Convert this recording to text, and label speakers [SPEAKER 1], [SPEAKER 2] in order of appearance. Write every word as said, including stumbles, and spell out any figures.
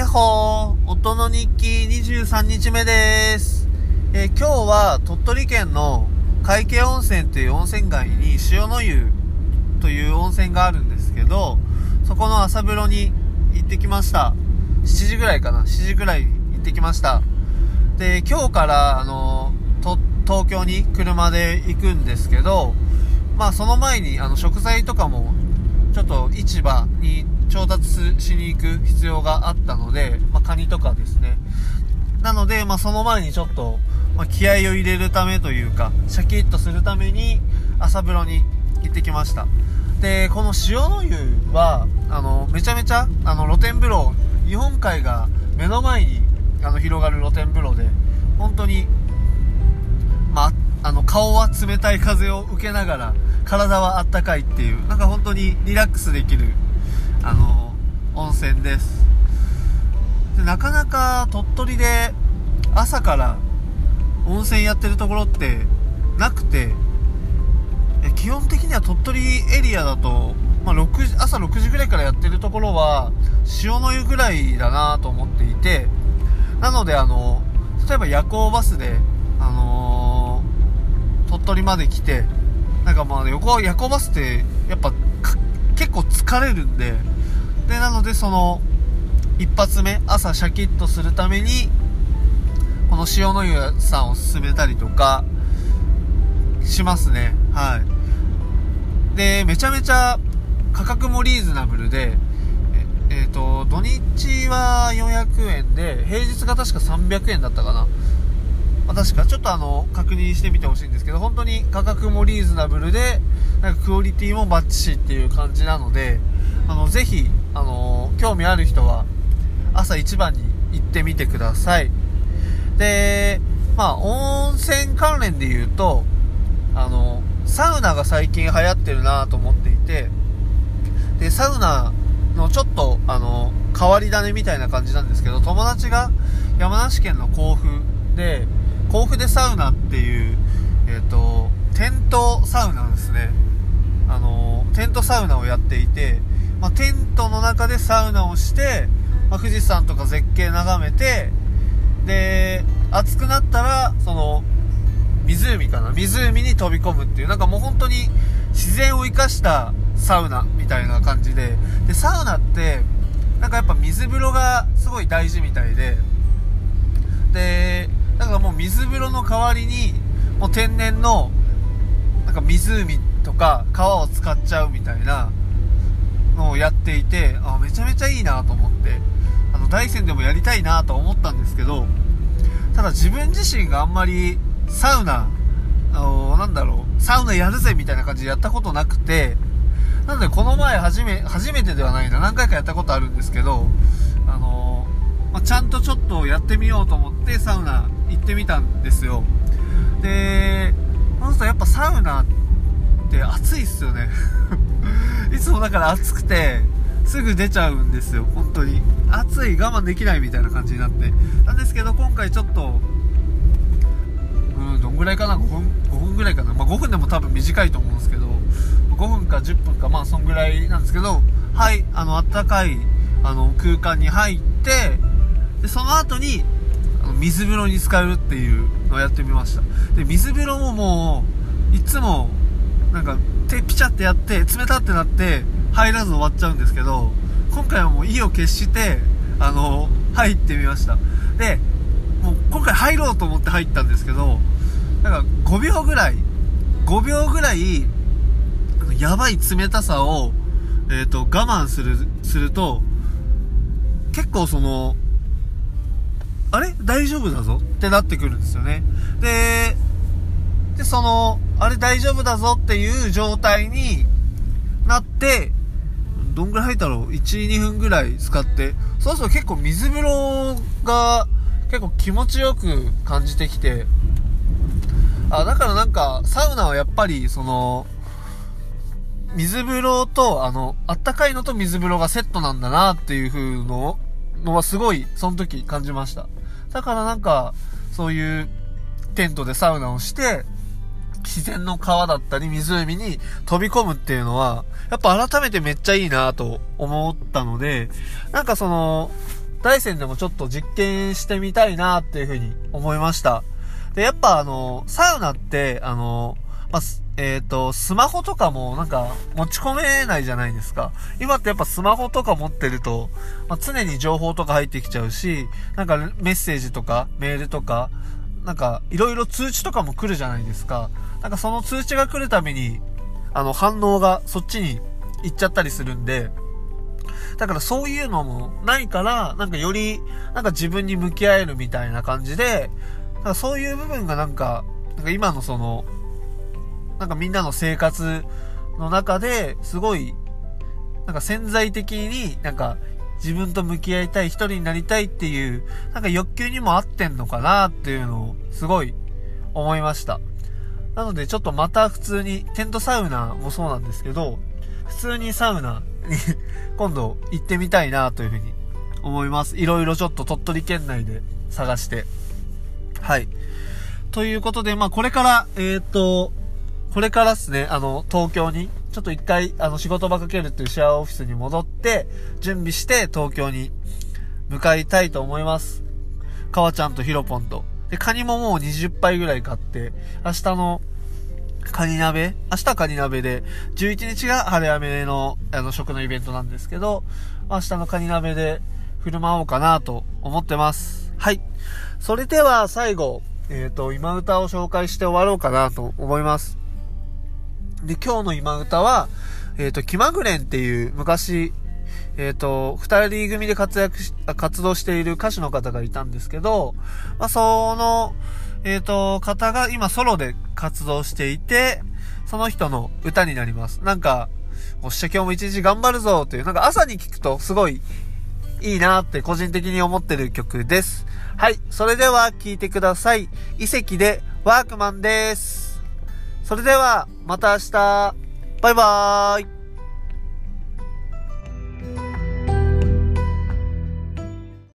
[SPEAKER 1] やっほー、音の日記にじゅうさんにちめです。えー、今日は鳥取県の海家温泉という温泉街に塩の湯という温泉があるんですけど、そこの朝風呂に行ってきました。しちじぐらいかな、しちじぐらいに行ってきました。で、今日からあのと東京に車で行くんですけど、まあその前にあの食材とかもちょっと市場に調達しに行く必要があったので、まあ、カニとかですね。なので、まあ、その前にちょっと、まあ、気合を入れるためというか、シャキッとするために朝風呂に行ってきました。で、この塩の湯は、あの、めちゃめちゃ、あの、露天風呂、日本海が目の前に、あの、広がる露天風呂で、本当に、まあ、あの、顔は冷たい風を受けながら、体はあったかいっていう、なんか本当にリラックスできる、あの温泉です。で、なかなか鳥取で朝から温泉やってるところってなくて、基本的には鳥取エリアだと、まあ、ろくじ朝ろくじぐらいからやってるところは塩の湯ぐらいだなと思っていて、なのであの例えば夜行バスで、あのー、鳥取まで来て、なんかまあ横夜行バスってやっぱ結構疲れるんで、でなのでその一発目朝シャキッとするためにこの塩の湯さんを勧めたりとかしますね。はい。でめちゃめちゃ価格もリーズナブルで、ええーと土日はよんひゃくえんで平日が確かさんびゃくえんだったかな。まあ、確かちょっとあの確認してみてほしいんですけど、本当に価格もリーズナブルで、なんかクオリティもバッチシっていう感じなので、あのぜひあの興味ある人は朝一番に行ってみてください。で、まあ温泉関連で言うと、あのサウナが最近流行ってるなと思っていて、でサウナのちょっとあの変わり種みたいな感じなんですけど、友達が山梨県の甲府で甲府でサウナっていう、えっと、テントサウナですね。あの、テントサウナをやっていて、まあ、テントの中でサウナをして、まあ、富士山とか絶景眺めて、で、暑くなったら、その、湖かな湖に飛び込むっていう、なんかもう本当に自然を生かしたサウナみたいな感じで、で、サウナって、なんかやっぱ水風呂がすごい大事みたいで、で、だからもう水風呂の代わりにもう天然のなんか湖とか川を使っちゃうみたいなのをやっていて、あ、めちゃめちゃいいなと思って、あの大山でもやりたいなと思ったんですけど、ただ自分自身があんまりサウナ、あのなんだろうサウナやるぜみたいな感じでやったことなくて、なのでこの前初め初めてではないな、何回かやったことあるんですけど、あのまあ、ちゃんとちょっとやってみようと思ってサウナ行ってみたんですよ。で、そうするとやっぱサウナって暑いっすよねいつもだから暑くてすぐ出ちゃうんですよ。本当に暑い、我慢できないみたいな感じになってなんですけど、今回ちょっとうんどんぐらいかな、ごふんごふんぐらいかな、まあ、ごふんでも多分短いと思うんですけど、ごふんかじゅっぷんか、まあそんぐらいなんですけど、はい、あの暖かいあの空間に入って、でその後にあの水風呂に浸かるっていうのをやってみました。で水風呂ももういつもなんか手ピチャってやって冷たってなって入らず終わっちゃうんですけど、今回はもう意を決してあの入ってみました。でもう今回入ろうと思って入ったんですけど、なんかごびょうぐらいごびょうぐらいやばい冷たさを、えーと、我慢するすると結構そのあれ大丈夫だぞってなってくるんですよね。で、でそのあれ大丈夫だぞっていう状態になって、どんぐらい入ったろう いち、にふんぐらい使って、そうすると結構水風呂が結構気持ちよく感じてきて、あ、だからなんかサウナはやっぱりその水風呂とあのあったかいのと水風呂がセットなんだなっていう風ののはすごいその時感じました。だからなんかそういうテントでサウナをして自然の川だったり湖に飛び込むっていうのはやっぱ改めてめっちゃいいなと思ったので、なんかその大山でもちょっと実験してみたいなっていうふうに思いました。で、やっぱあの、サウナって、あの、まあ、えっと、スマホとかもなんか持ち込めないじゃないですか。今ってやっぱスマホとか持ってると、まあ、常に情報とか入ってきちゃうし、なんかメッセージとかメールとか、なんかいろいろ通知とかも来るじゃないですか。なんかその通知が来るたびに、あの反応がそっちに行っちゃったりするんで、だからそういうのもないから、なんかより、なんか自分に向き合えるみたいな感じで、なんかそういう部分がなんか、なんか今のその、なんかみんなの生活の中ですごい、なんか潜在的になんか自分と向き合いたい、一人になりたいっていう、なんか欲求にも合ってんのかなっていうのをすごい思いました。なのでちょっとまた普通に、テントサウナもそうなんですけど、普通にサウナに今度行ってみたいなというふうに思います。いろいろちょっと鳥取県内で探して。はい。ということで、まあこれから、えっと、これからですね、あの、東京に、ちょっと一回、あの、仕事場かけるっていうシェアオフィスに戻って、準備して東京に向かいたいと思います。かわちゃんとひろぽんと。で、カニももうにじゅっぱいぐらい買って、明日のカニ鍋、明日はカニ鍋で、じゅういちにちが晴れ雨の、あの、食のイベントなんですけど、明日のカニ鍋で振る舞おうかなと思ってます。はい。それでは最後、えっと、今歌を紹介して終わろうかなと思います。で、今日の今歌は、えっと、気まぐれんっていう昔、えっと、二人組で活躍し、活動している歌手の方がいたんですけど、まあ、その、えっと、方が今ソロで活動していて、その人の歌になります。なんか、おっしゃ今日も一日頑張るぞという、なんか朝に聞くとすごいいいなって個人的に思ってる曲です。はい、それでは聴いてください。遺跡でワークマンです。それではまた明日。バイバーイ。